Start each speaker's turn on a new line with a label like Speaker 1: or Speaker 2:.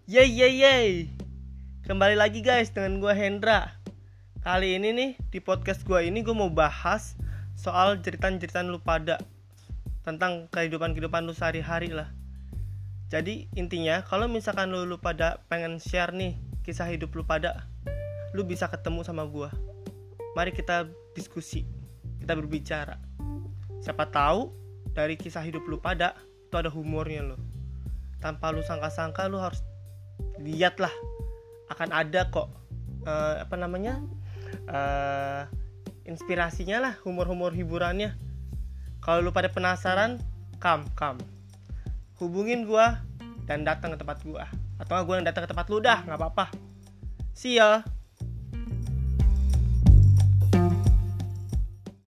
Speaker 1: Yeay. Kembali lagi guys dengan gue Hendra. Kali ini nih di podcast gue ini gue mau bahas soal cerita-cerita lu pada tentang kehidupan lu sehari-hari lah. Jadi intinya kalau misalkan lu pada pengen share nih kisah hidup lu pada, lu bisa ketemu sama gue. Mari kita diskusi, kita berbicara. Siapa tahu dari kisah hidup lu pada itu ada humornya lo. Tanpa lu sangka-sangka lu harus lihatlah akan ada kok inspirasinya lah, humor hiburannya. Kalau lu pada penasaran, come hubungin gua dan datang ke tempat gua, atau gua yang datang ke tempat lu dah, nggak apa-apa. See ya.